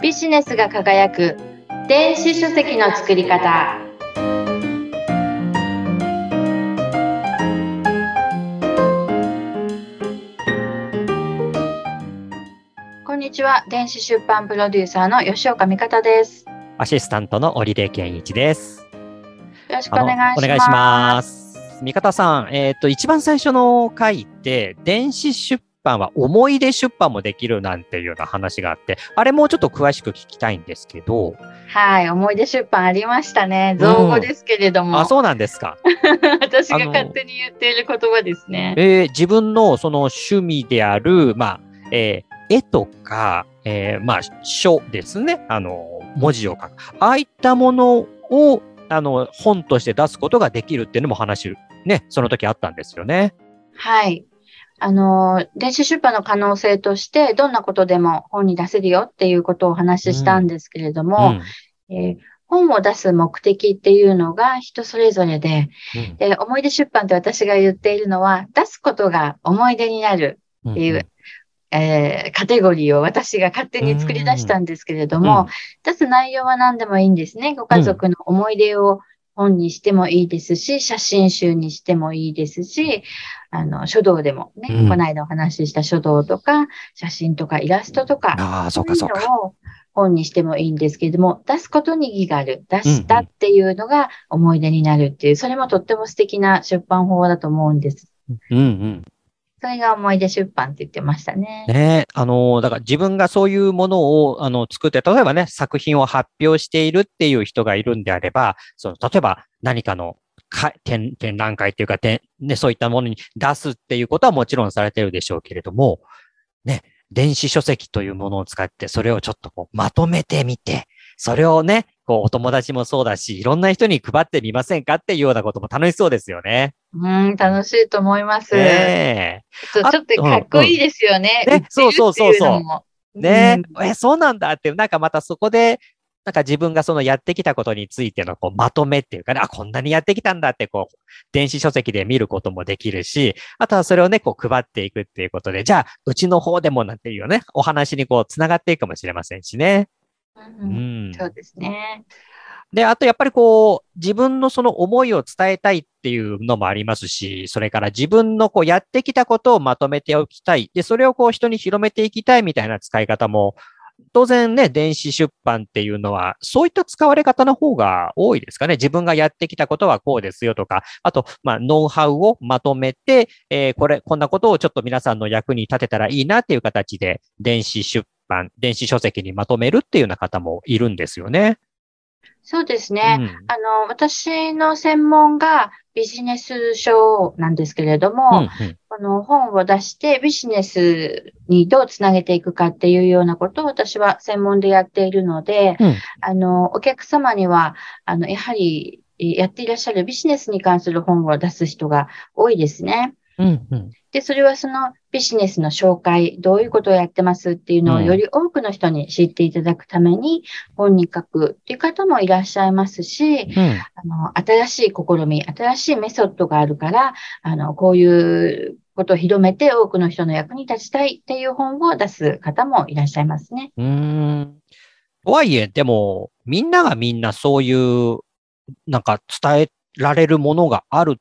ビジネスが輝く電子書籍の作り方。こんにちは。電子出版プロデューサーの吉岡美方です。 アシスタントの織出健一です。 よろしくお願いします。 お願いします。美方さん、一番最初の回で電子出版は思い出出版もできるなんていうような話があって、あれもうちょっと詳しく聞きたいんですけど。 はい、思い出出版ありましたね。造語ですけれども。 そうなんですか。 私が勝手に言っている言葉ですね。 自分のその趣味である、絵とか、書ですね。文字を書く。ああいったものを、本として出すことができるっていうのも話、ね、その時あったんですよね。 はい。電子出版の可能性として、どんなことでも本に出せるよっていうことをお話ししたんですけれども、本を出す目的っていうのが人それぞれで、思い出出版って私が言っているのは、出すことが思い出になるっていう、カテゴリーを私が勝手に作り出したんですけれども、出す内容は何でもいいんですね。ご家族の思い出を本にしてもいいですし、写真集にしてもいいですし、書道でもね、この間お話しした書道とか、写真とかイラストとか、そういうのを本にしてもいいんですけれども、出すことに意義がある。出したっていうのが思い出になるっていう、それもとっても素敵な出版法だと思うんです。それが思い出出版って言ってましたね。 だから自分がそういうものを作って、例えばね、作品を発表しているっていう人がいるんであれば、例えば何かの展覧会っていうか、そういったものに出すっていうことはもちろんされてるでしょうけれども、ね、電子書籍というものを使って、それをちょっとこうまとめてみて、それをね、こうお友達もそうだし、いろんな人に配ってみませんかっていうようなことも楽しそうですよね。 楽しいと思います。ちょっとかっこいいですよね。売ってるっていうのも。 そうなんだって、なんかまたそこで、なんか自分がそのやってきたことについてのこうまとめっていうかね、こんなにやってきたんだってこう、電子書籍で見ることもできるし、あとはそれをね、こう配っていくっていうことで、じゃあ、うちの方でもなんていうね、お話にこう、つながっていくかもしれませんしね。 そうですね。 で、あとやっぱりこう、自分のその思いを伝えたいっていうのもありますし、それから自分のこうやってきたことをまとめておきたい。で、それをこう人に広めていきたいみたいな使い方も、当然ね、電子出版っていうのは、そういった使われ方の方が多いですかね。自分がやってきたことはこうですよとか、あと、ノウハウをまとめて、こんなことをちょっと皆さんの役に立てたらいいなっていう形で、電子出版、電子書籍にまとめるっていうような方もいるんですよね。 そうですね。私の専門がビジネス書なんですけれども、この本を出してビジネスにどうつなげていくかっていうようなことを私は専門でやっているので、お客様には、やはりやっていらっしゃるビジネスに関する本を出す人が多いですね。で、それはそのビジネスの紹介、どういうことをやってますっていうのをより多くの人に知っていただくために本に書くっていう方もいらっしゃいますし、新しい試み、新しいメソッドがあるから、こういうことを広めて多くの人の役に立ちたいっていう本を出す方もいらっしゃいますね。 とはいえ、でも、みんながみんなそういう、なんか伝えられるものがあるって、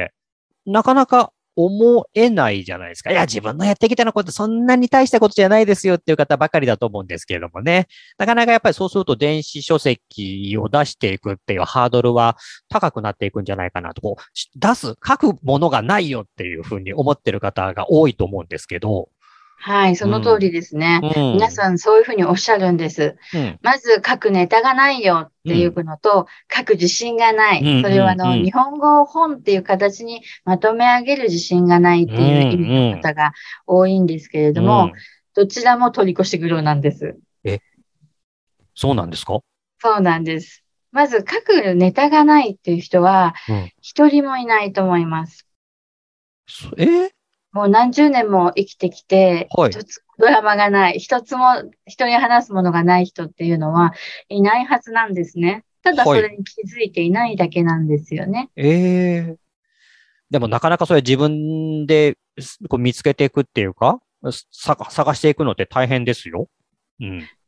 なかなか思えないじゃないですか。いや、自分のやってきたのことそんなに大したことじゃないですよっていう方ばかりだと思うんですけれどもね。なかなかやっぱりそうすると電子書籍を出していくっていうハードルは高くなっていくんじゃないかなと、こう、書くものがないよっていうふうに思ってる方が多いと思うんですけど。 はい、その通りですね。皆さんそういうふうにおっしゃるんです。まず書くネタがないよっていうのと、書く自信がない。それは日本語を本っていう形にまとめ上げる自信がないっていう意味の方が多いんですけれども、どちらも取り越し苦労なんです。 そうなんですか？ そうなんです。まず書くネタがないっていう人は、一人もいないと思います。もう何十年も生きてきて、一つドラマがない、一つも人に話すものがない人っていうのはいないはずなんですね。ただそれに気づいていないだけなんですよね。 でもなかなかそれ自分でこう見つけていくっていうか、探していくのって大変ですよ。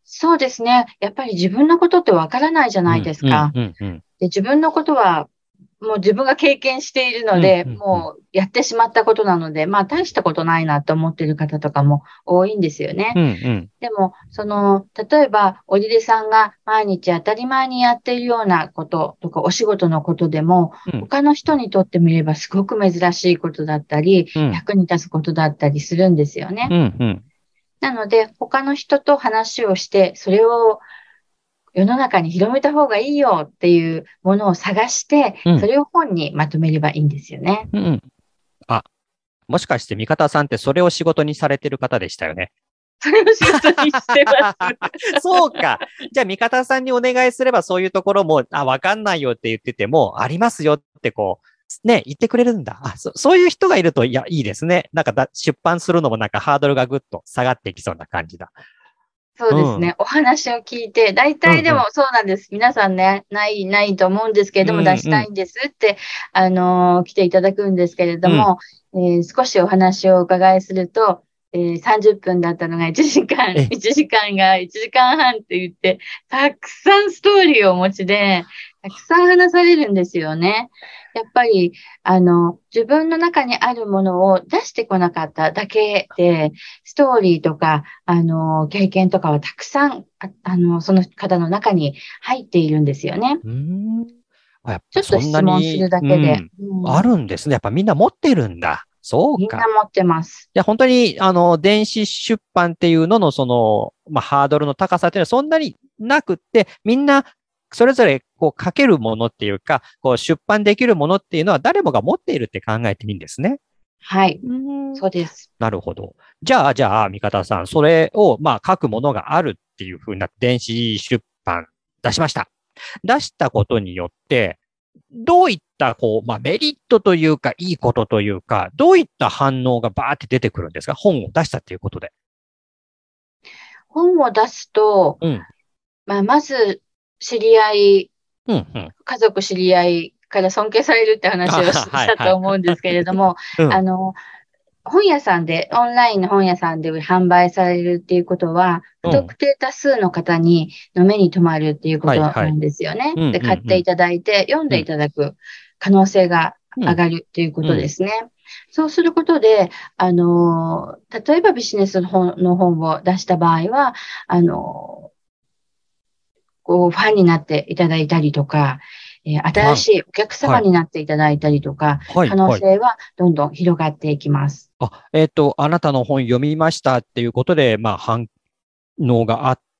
そうですね。やっぱり自分のことってわからないじゃないうん、うん、 ですか。 うん、うん。 で、自分のことはもう自分が経験しているうん、 ので、 うん、うん。 もうやってしまったことなので、まあ大したことないなと思っている方とかも多いんですよね。 うん、うん。 でも、例えば、おりでさんが毎日当たり前にやっているようなこととか、お仕事のことでも、 うん、 他の人にとってみればすごく珍しいことだったり、 うん、 役に立つことだったりするんですよね。 うん、うん。 なので、他の人と話をして、それを世の中に広めた方がいいよっていうものを探して、 うん、 それを本にまとめればいいんですよね。 うん。あ、もしかして味方さんってそれを仕事にされてる方でしたよね。 それを仕事にしてます。 そうか。じゃあ味方さんにお願いすればそういうところも、わかんないよって言ってても、ありますよってね、言ってくれるんだ。そういう人がいると、いいですね。なんか出版するのもなんかハードルがぐっと下がっていきそうな感じだ。うん。 そうですね。お話を聞いて、大うん、うん。 体でもそうなんです。皆さんね、ないと思うんですけれども、出うん、うん。 したいんですって、来ていただくんですけれどうん。 も、少しお話をお伺いすると、30分だったのが1時間、 え、 1時間が1時間半って言って、たくさんストーリーをお持ちで、たくさん話されるんですよね。やっぱり、自分の中にあるものを出してこなかっただけで、ストーリーとか、経験とかはたくさん、その方の中に入っているんですよね。 うーん。やっちょっとぱそんな質問すに、 るだけで、 うん、あうん、 るんですね。やっぱみんな持ってるんだ。そうみんなか。 持ってます。 いや、本当に、電子出版っていうのの、ハードルの高さっていうのはそんなになくって、みんな、それぞれ、書けるものっていうか、出版できるものっていうのは誰もが持っているって考えていいんですね。 はい。 うーん。 そうです。 なるほど。じゃあ、味方さん、それを、書くものがあるっていうふうな電子出版出しました。出したことによって、どういった、メリットというか、いいことというか、どういった反応がバーって出てくるんですか？本を出したっていうことで。 本を出すと、 うん。 まあ、まず、知り合い、 うん、うん。 家族知り合いから尊敬されるって話をしはい、 たはい。 と思うんですけれども、 うん。 あの、本屋さんで、オンラインの本屋さんで販売されるっていうことは、不うん。 特定多数の方の目に留まるっていうこはい、 となはい。 んですよね。 うん、 で、 うん、うん。 買っていただいて、読んでいうん、 ただく可能性がうん、 上がるっていうこうん。 とですね。そうすることで、例えばビジネスの本を出した場合は、あの、ファンになっていただいたりとか、新ファン。 しいお客様はい。 になっていただいたりとか、 はい、 可能はい。 性はどんどん広がっていきます。 あなたの本読みましたっていうことで、反応があって、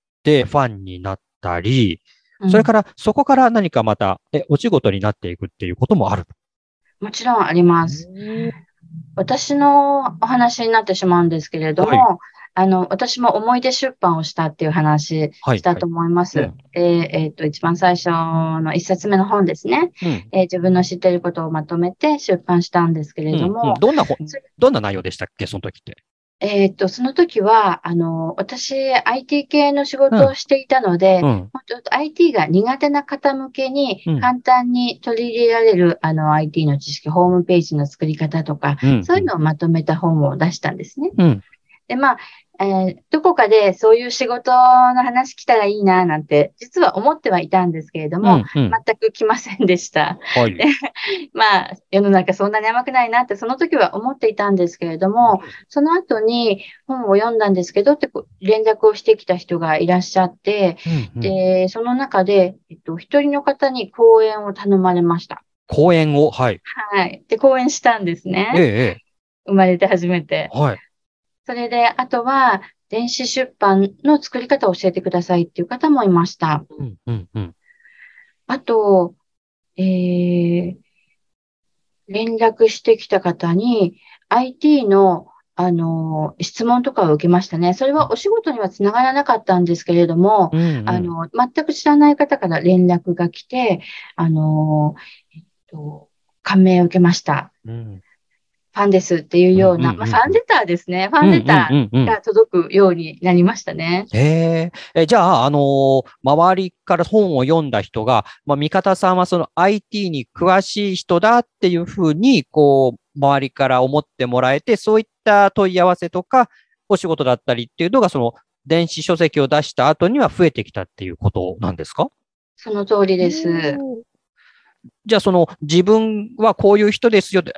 ファンになったり、 うん。 それから、そこから何かまた、お仕事になっていくっていうこともある。 もちろんありまうす。 ーん。 私のお話になってしまうんですけれどはい。 も、私も思い出出版をしたっていう話はい、はい。 したと思います。 うん。 一番最初の一冊目の本ですね。 うん。 自分の知っていることをまとめて出版したんですけれうん。うん。 ども、 どんな内容でしたっけ、その時って。 その時は、私、IT 系の仕うん。 事をしていたので、 うん。 ちょっと IT が苦手な方向けにうん。 簡単に取り入れられる、IT の知識、ホームページの作り方とか、 うん。うん。 そういうのをまとめた本を出したんですね。 うん。 で、まあ、どこかでそういう仕事の話来たらいいな、なんて、実は思ってはいたんですけれども、 うん。うん。 全く来ませんでした。で、 はい。 まあ、世の中そんなに甘くないなって、その時は思っていたんですけれども、その後に本を読んだんですけどって連絡をしてきた人がいらっしゃって、 うん。うん。 で、その中で、一人の方に講演を頼まれました。 講演を、はい。 はい。で、講演したんですええ、 ね。 ええ。 生まれて初めて。 はい。 それで、あとは、電子出版の作り方を教えてくださいっていう方もいました。 うん。うん。うん。 あと、えー、連絡してきた方に IT の、質問とかを受けましたね。それはお仕事にはつながらなかったんですけれども、 うん。うん。 全く知らない方から連絡が来て、あの、えっ感銘を受けました。 うん。 ファンですっていううん。 ような、まあ、フうん。うん。 ァンレターですね。ファうん。 ンレタうん。うん。 ーが届くようになりましたね。 じゃあ、周りから本を読んだ人が、味方さんはその IT に詳しい人だっていうふうに、周りから思ってもらえて、そういった問い合わせとか、お仕事だったりっていうのが、 電子書籍を出した後には増えてきたっていうことなんですか？ その通りです。 じゃあ自分はこういう人ですよって、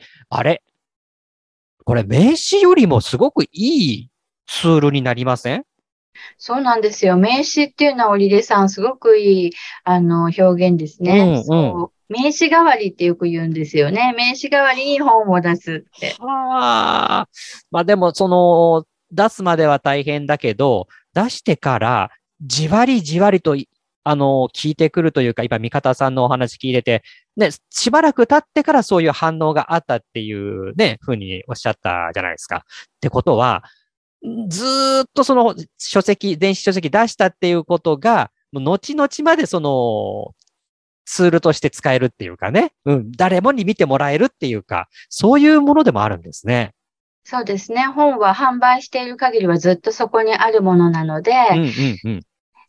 あれこれ名刺よりもすごくいいツールになりません？ そうなんですよ。名刺っていうのは、織出さん、すごくいい、表現ですね。 うんうん。 そう。名刺代わりってよく言うんですよね。名刺代わりに本を出すって。 はあ。まあでも、出すまでは大変だけど、出してから、じわりじわりと、聞いてくるというか、今、味方さんのお話聞いてて、ね、しばらく経ってからそういう反応があったっていうね、ふうにおっしゃったじゃないですか。ってことは、ずーっと電子書籍出したっていうことが、もう後々までツールとして使えるっていうかね、誰もに見てもらえるっていうか、そういうものでもあるんですね。 そうですね。本は販売している限りはずっとそこにあるものなので、 うんうんうん。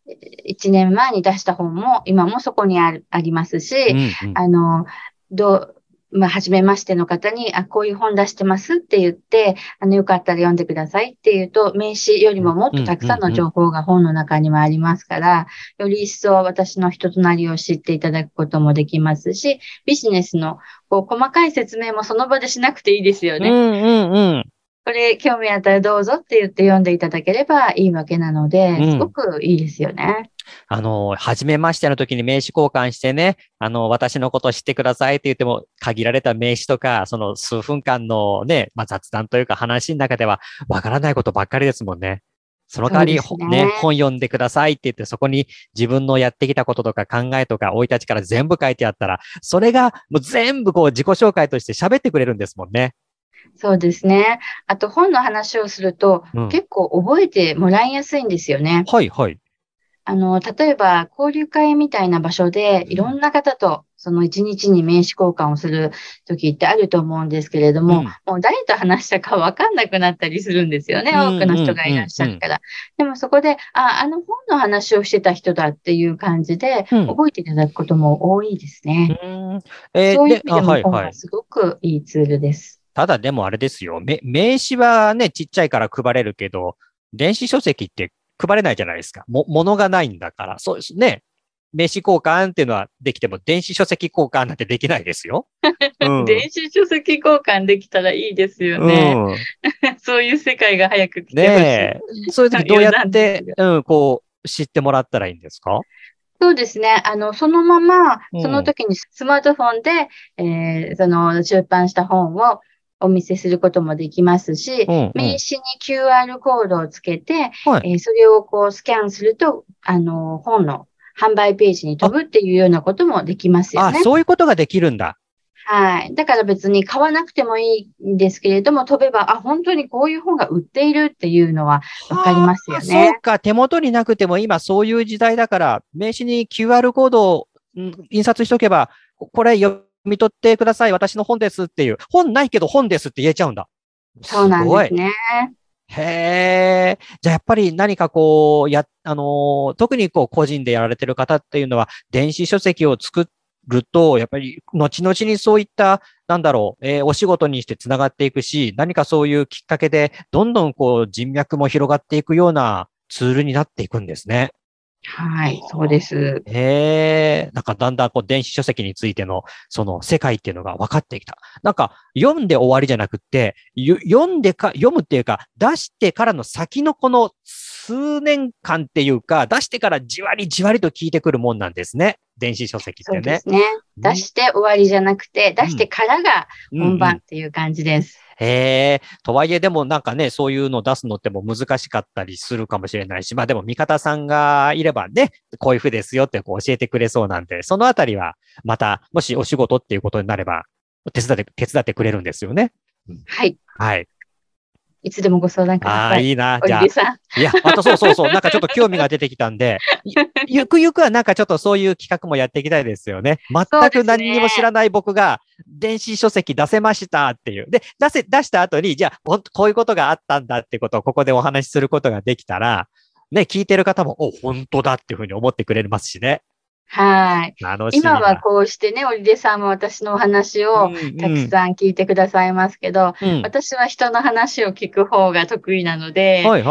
1年前に出した本も今もそこにありますし、 うんうん。 あの、どう、初めましての方に、こういう本出してますって言って、よかったら読んでくださいって言うと、名刺よりうんももっうんとたくさんのうん。 情報が本の中にはありますから、より一層私の人となりを知っていただくこともできますし、ビジネスの細かい説明もその場でしなくていいですよね。 うんうんうん。 これ興味あったらどうぞって言って読んでいただければいいわけなので、すごうん。 くいいですよね。 初めましての時に名刺交換してね、私のことを知ってくださいって言っても、限られた名刺とか、その数分間のね、まあ、雑談というか話の中では、わからないことばっかりですもんね。その代わり、 そうですね、 ね。 本読んでくださいって言って、そこに自分のやってきたこととか考えとか、生い立ちから全部書いてあったら、それがもう全部自己紹介として喋ってくれるんですもんね。 そうですね。あと本の話をするとうん。 結構覚えてもらいやすいんですよね。 はいはい。 例えば交流会みたいな場所でいろんな方とその一日に名刺交換をする時ってあると思うんですけれども、 うん。 もう誰と話したかわかんなくなったりするんですよね。 うん多くの人うんうがいらっんうん。 しゃるから。でもそこで、あの本の話をしてた人だっていう感じでうん。 覚えていただくことも多いですね。そういう意味でも本はいはい。 はすごくいいツールです。 ただでもあれですよ。名刺はね、ちっちゃいから配れるけど、電子書籍って配れないじゃないですか。物がないんだから。そうですね。名刺交換っていうのはできても、電子書籍交換なんてできないですよ。うん。 電子書籍交換できたらいいですようね。 ん。 そういう世界が早く来ねてほしい。 え。そういう時どうやっ余談ですて、 が。 知ってもらったらいいんですか？ そうですね。そのまま、そのうん。 時にスマートフォンで、その出版した本をお見せすることもできますし、 うんうん。 名刺に QR コードをつけて、 はい。 それをスキャンすると、本の販売ページに飛あ、 ぶっていうようなこともできますよね。 そういうことができるんだ。 はい。だから別に買わなくてもいいんですけれども、飛べば、本当にこういう本が売っているっていうのはわかりはますあ、 よね。 そうか。手元になくても今そういう時代だから、名刺に QR コードを印刷しとけば、これ読み取ってください。私の本ですっていう。本ないけど本ですって言えちゃうんだ。 そうすごい。 なんですね。 へえ。じゃあやっぱり何か特に個人でやられてる方っていうのは、電子書籍を作ると、やっぱり後々にそういった、なんだろう、お仕事にしてつながっていくし、何かそういうきっかけで、どんどん人脈も広がっていくようなツールになっていくんですね。 はい、そうです。 なんかだんだん電子書籍についてのその世界っていうのが分かってきた。なんか読んで終わりじゃなくって、読むっていうか、出してからの先のこの数年間っていうか、出してからじわりじわりと聞いてくるもんなんですね。電子書籍ってね。 そうですね。 うん、 出して終わりじゃなくて、出してうん、 からがうん、う本番ん。 っていう感じです。 とはいえでもなんかね、そういうの出すのっても難しかったりするかもしれないし、まあでも味方さんがいればね、こういう風ですよって教えてくれそうなんで、そのあたりはまた、もしお仕事っていうことになれば、手伝ってくれるんですよね。うん、 はい。 はい。 いつでもご相談ください。 いいな。じゃあ、 織出さん。 いや、またそうそうそう、なんかちょっと興味が出てきたんで、ゆくゆくはなんかちょっとそういう企画もやっていきたいですよね。全くそうですね。 何にも知らない僕が電子書籍出せましたっていう。で、出した後に、じゃあ、本当こういうことがあったんだってことをここでお話しすることができたら、ね、聞いてる方も、本当だっていうふうに思ってくれますしね。 はい。 楽し今はみだ。 こうしてね、織出さんも私のお話うんをたくうん。 さん聞いてくださいますけど、 うん。 私は人の話を聞く方が得意なので、 はいはい。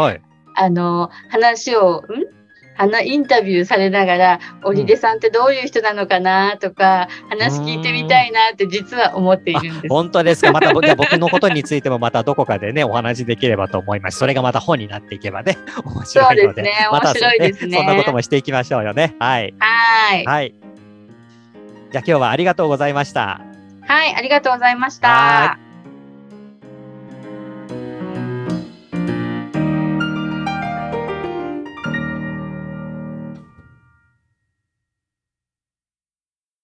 話を、インタビューされながら、織出さんってどういう人なのかなとか、話聞いてみたいなって実は思っているんです。 本当ですか。また、じゃあ僕のことについてもまたどこかでね、お話できればと思います。それがまた本になっていけばね、面白いので。 そうですね。面白いですね。 そんなこともしていきましょうよね。はい。 はい。 じゃあ今日はありがとうございました。 はい、ありがとうございました。